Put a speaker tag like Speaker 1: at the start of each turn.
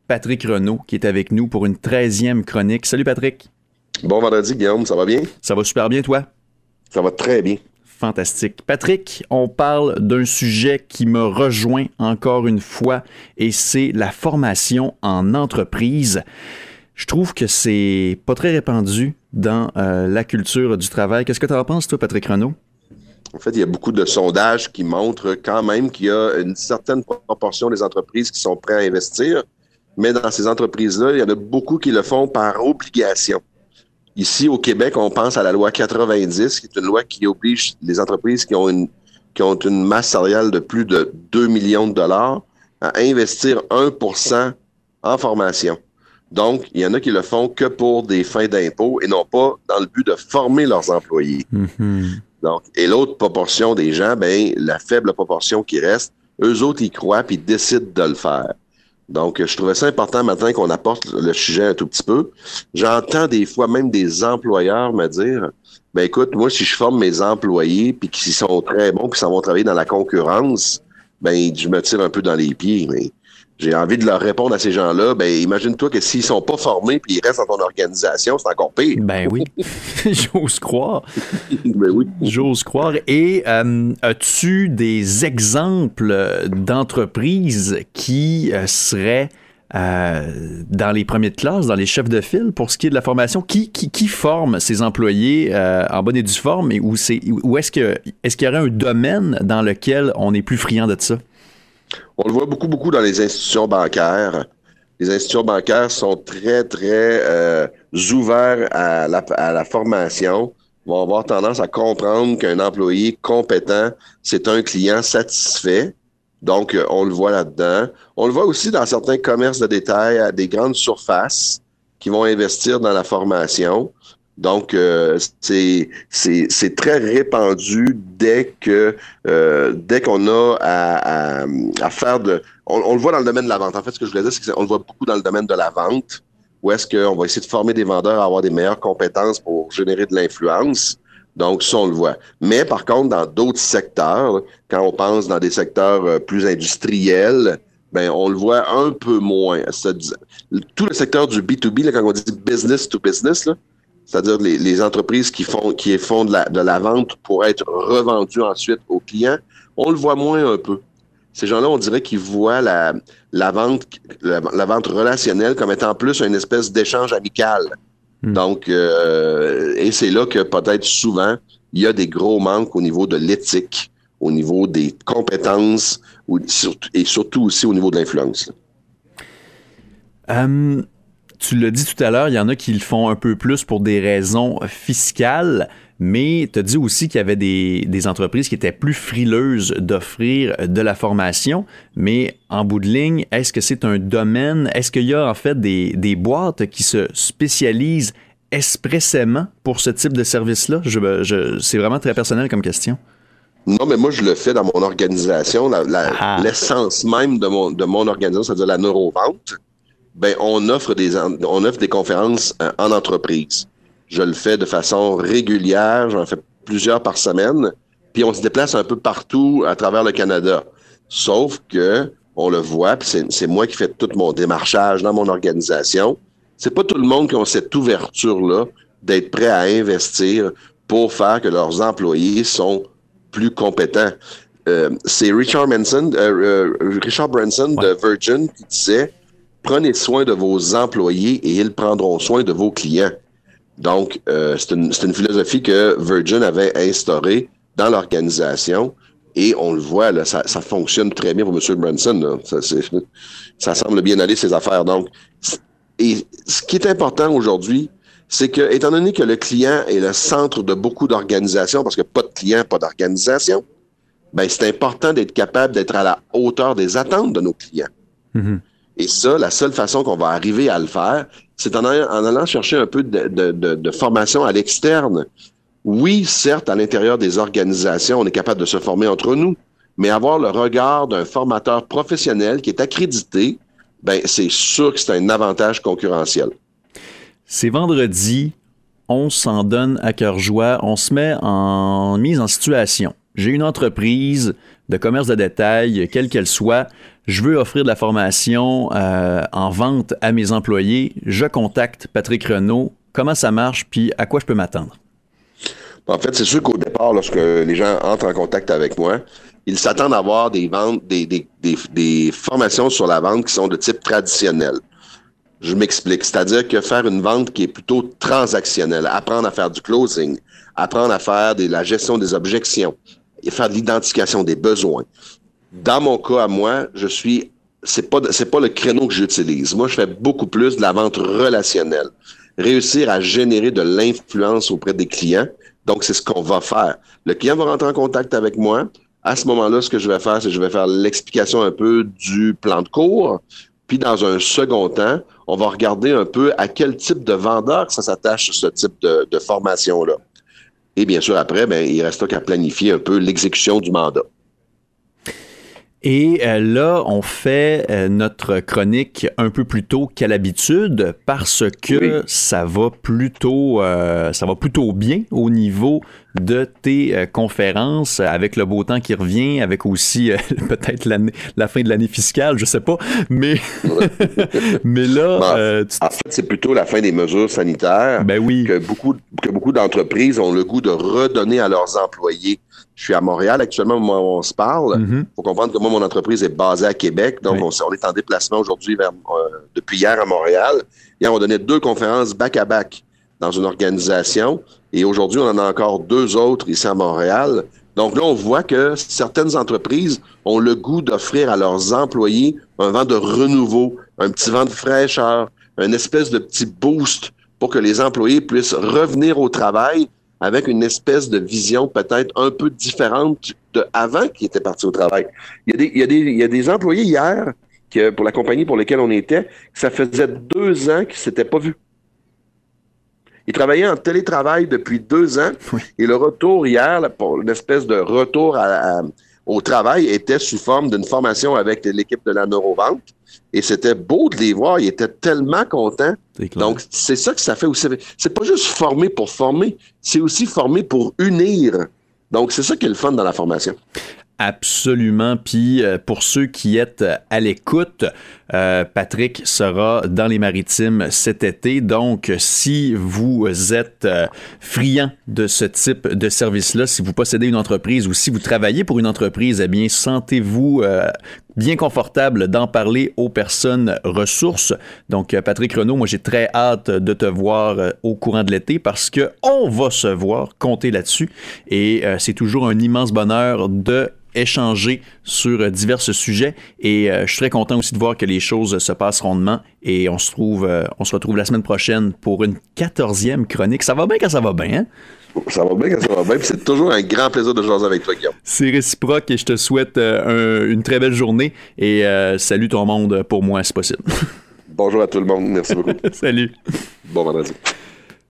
Speaker 1: Patrick Renaud, qui est avec nous pour une 13e chronique. Salut Patrick.
Speaker 2: Bon vendredi, Guillaume, ça va bien?
Speaker 1: Ça va super bien, toi?
Speaker 2: Ça va très bien.
Speaker 1: Fantastique. Patrick, on parle d'un sujet qui me rejoint encore une fois, et c'est la formation en entreprise. Je trouve que c'est pas très répandu dans la culture du travail. Qu'est-ce que tu en penses, toi, Patrick Renaud?
Speaker 2: En fait, il y a beaucoup de sondages qui montrent quand même qu'il y a une certaine proportion des entreprises qui sont prêtes à investir, mais dans ces entreprises-là, il y en a beaucoup qui le font par obligation. Ici, au Québec, on pense à la loi 90, qui est une loi qui oblige les entreprises qui ont une masse salariale de plus de 2 millions de dollars à investir 1% en formation. Donc, il y en a qui le font que pour des fins d'impôt et non pas dans le but de former leurs employés.
Speaker 1: Mm-hmm.
Speaker 2: Donc, et l'autre proportion des gens, ben, la faible proportion qui reste, eux autres, ils croient puis ils décident de le faire. Donc, je trouvais ça important maintenant qu'on apporte le sujet un tout petit peu. J'entends des fois même des employeurs me dire, ben écoute, moi, si je forme mes employés puis qu'ils sont très bons puis s'en vont travailler dans la concurrence, ben je me tire un peu dans les pieds. Mais j'ai envie de leur répondre à ces gens-là, ben imagine-toi que s'ils sont pas formés puis ils restent dans ton organisation, c'est encore pire.
Speaker 1: Ben oui, j'ose croire.
Speaker 2: Ben oui.
Speaker 1: J'ose croire. Et as-tu des exemples d'entreprises qui seraient dans les premiers de classe, dans les chefs de file pour ce qui est de la formation? Qui forme ces employés en bonne et due forme? Et où est-ce qu'il y aurait un domaine dans lequel on est plus friand de ça?
Speaker 2: On le voit beaucoup dans les institutions bancaires. Les institutions bancaires sont très, très ouverts à la formation. Ils vont avoir tendance à comprendre qu'un employé compétent, c'est un client satisfait. Donc, on le voit là-dedans. On le voit aussi dans certains commerces de détail, à des grandes surfaces qui vont investir dans la formation. Donc, c'est très répandu dès qu'on a à faire de... On le voit dans le domaine de la vente. En fait, ce que je voulais dire, c'est qu'on le voit beaucoup dans le domaine de la vente, où est-ce qu'on va essayer de former des vendeurs à avoir des meilleures compétences pour générer de l'influence. Donc, ça, on le voit. Mais par contre, dans d'autres secteurs, quand on pense dans des secteurs plus industriels, ben on le voit un peu moins. Tout le secteur du B2B, là, quand on dit business to business, là, c'est-à-dire les entreprises qui font de la vente pour être revendues ensuite aux clients, on le voit moins un peu. Ces gens-là, on dirait qu'ils voient la vente relationnelle comme étant plus une espèce d'échange amical. Donc, et c'est là que peut-être souvent, il y a des gros manques au niveau de l'éthique, au niveau des compétences et surtout aussi au niveau de l'influence.
Speaker 1: Tu l'as dit tout à l'heure, il y en a qui le font un peu plus pour des raisons fiscales, mais tu as dit aussi qu'il y avait des entreprises qui étaient plus frileuses d'offrir de la formation, mais en bout de ligne, est-ce que c'est un domaine, est-ce qu'il y a en fait des boîtes qui se spécialisent expressément pour ce type de service-là? C'est vraiment très personnel comme question.
Speaker 2: Non, mais moi, je le fais dans mon organisation. L'essence même de mon organisation, c'est-à-dire la neurovente. Ben, on offre des conférences en entreprise. Je le fais de façon régulière, j'en fais plusieurs par semaine, puis on se déplace un peu partout à travers le Canada. Sauf que, on le voit, puis c'est moi qui fais tout mon démarchage dans mon organisation. C'est pas tout le monde qui a cette ouverture-là d'être prêt à investir pour faire que leurs employés sont plus compétents. C'est Richard Branson de Virgin qui disait: prenez soin de vos employés et ils prendront soin de vos clients. Donc, c'est une philosophie que Virgin avait instaurée dans l'organisation et on le voit, là, ça fonctionne très bien pour M. Branson. Là. Ça semble bien aller, ces affaires. Donc, et ce qui est important aujourd'hui, c'est que, étant donné que le client est le centre de beaucoup d'organisations, parce que pas de client, pas d'organisation, ben c'est important d'être capable d'être à la hauteur des attentes de nos clients. Mm-hmm. Et ça, la seule façon qu'on va arriver à le faire, c'est en allant chercher un peu de formation à l'externe. Oui, certes, à l'intérieur des organisations, on est capable de se former entre nous, mais avoir le regard d'un formateur professionnel qui est accrédité, ben c'est sûr que c'est un avantage concurrentiel.
Speaker 1: C'est vendredi, on s'en donne à cœur joie, on se met en mise en situation. J'ai une entreprise de commerce de détail, quelle qu'elle soit, je veux offrir de la formation en vente à mes employés, je contacte Patrick Renaud. Comment ça marche, puis à quoi je peux m'attendre?
Speaker 2: En fait, c'est sûr qu'au départ, lorsque les gens entrent en contact avec moi, ils s'attendent à avoir des ventes, des formations sur la vente qui sont de type traditionnel. Je m'explique. C'est-à-dire que faire une vente qui est plutôt transactionnelle, apprendre à faire du closing, apprendre à faire la gestion des objections, et faire de l'identification des besoins. Dans mon cas à moi, c'est pas le créneau que j'utilise. Moi, je fais beaucoup plus de la vente relationnelle. Réussir à générer de l'influence auprès des clients. Donc, c'est ce qu'on va faire. Le client va rentrer en contact avec moi. À ce moment-là, ce que je vais faire, c'est que je vais faire l'explication un peu du plan de cours. Puis, dans un second temps, on va regarder un peu à quel type de vendeur ça s'attache ce type de formation-là. Et bien sûr, après, il reste qu'à planifier un peu l'exécution du mandat.
Speaker 1: Et là, on fait notre chronique un peu plus tôt qu'à l'habitude parce que ça va plutôt bien au niveau de tes conférences, avec le beau temps qui revient, avec aussi peut-être la fin de l'année fiscale, je sais pas, mais mais là...
Speaker 2: En fait, c'est plutôt la fin des mesures sanitaires que beaucoup d'entreprises ont le goût de redonner à leurs employés. Je suis à Montréal actuellement, au moment où on se parle. Il faut comprendre que moi, mon entreprise est basée à Québec, donc on est en déplacement aujourd'hui depuis hier à Montréal. Hier, on donnait 2 conférences back-à-back dans une organisation. Et aujourd'hui, on en a encore 2 autres ici à Montréal. Donc là, on voit que certaines entreprises ont le goût d'offrir à leurs employés un vent de renouveau, un petit vent de fraîcheur, une espèce de petit boost pour que les employés puissent revenir au travail avec une espèce de vision peut-être un peu différente de avant qu'ils étaient partis au travail. Il y a des employés hier, pour la compagnie pour laquelle on était, ça faisait 2 ans qu'ils ne s'étaient pas vus. Ils travaillaient en télétravail depuis 2 ans et le retour hier, pour une espèce de retour au travail, était sous forme d'une formation avec l'équipe de la neurovente. Et c'était beau de les voir. Ils étaient tellement contents. Donc, c'est ça que ça fait aussi. C'est pas juste former pour former, c'est aussi former pour unir. Donc, c'est ça qui est le fun dans la formation.
Speaker 1: Absolument. Puis pour ceux qui êtes à l'écoute, Patrick sera dans les Maritimes cet été. Donc, si vous êtes friand de ce type de service-là, si vous possédez une entreprise ou si vous travaillez pour une entreprise, eh bien, sentez-vous bien confortable d'en parler aux personnes ressources. Donc, Patrick Renaud, moi, j'ai très hâte de te voir au courant de l'été parce que on va se voir, comptez là-dessus. Et c'est toujours un immense bonheur de échanger sur divers sujets et je suis très content aussi de voir que les choses se passent rondement et on se retrouve la semaine prochaine pour une 14e chronique. Ça va bien quand ça va bien, hein?
Speaker 2: Ça va bien quand ça va bien, puis c'est toujours un grand plaisir de jaser avec toi, Guillaume.
Speaker 1: C'est réciproque et je te souhaite une très belle journée et salut ton monde pour moi si possible.
Speaker 2: Bonjour à tout le monde, merci beaucoup.
Speaker 1: Salut.
Speaker 2: Bon vendredi.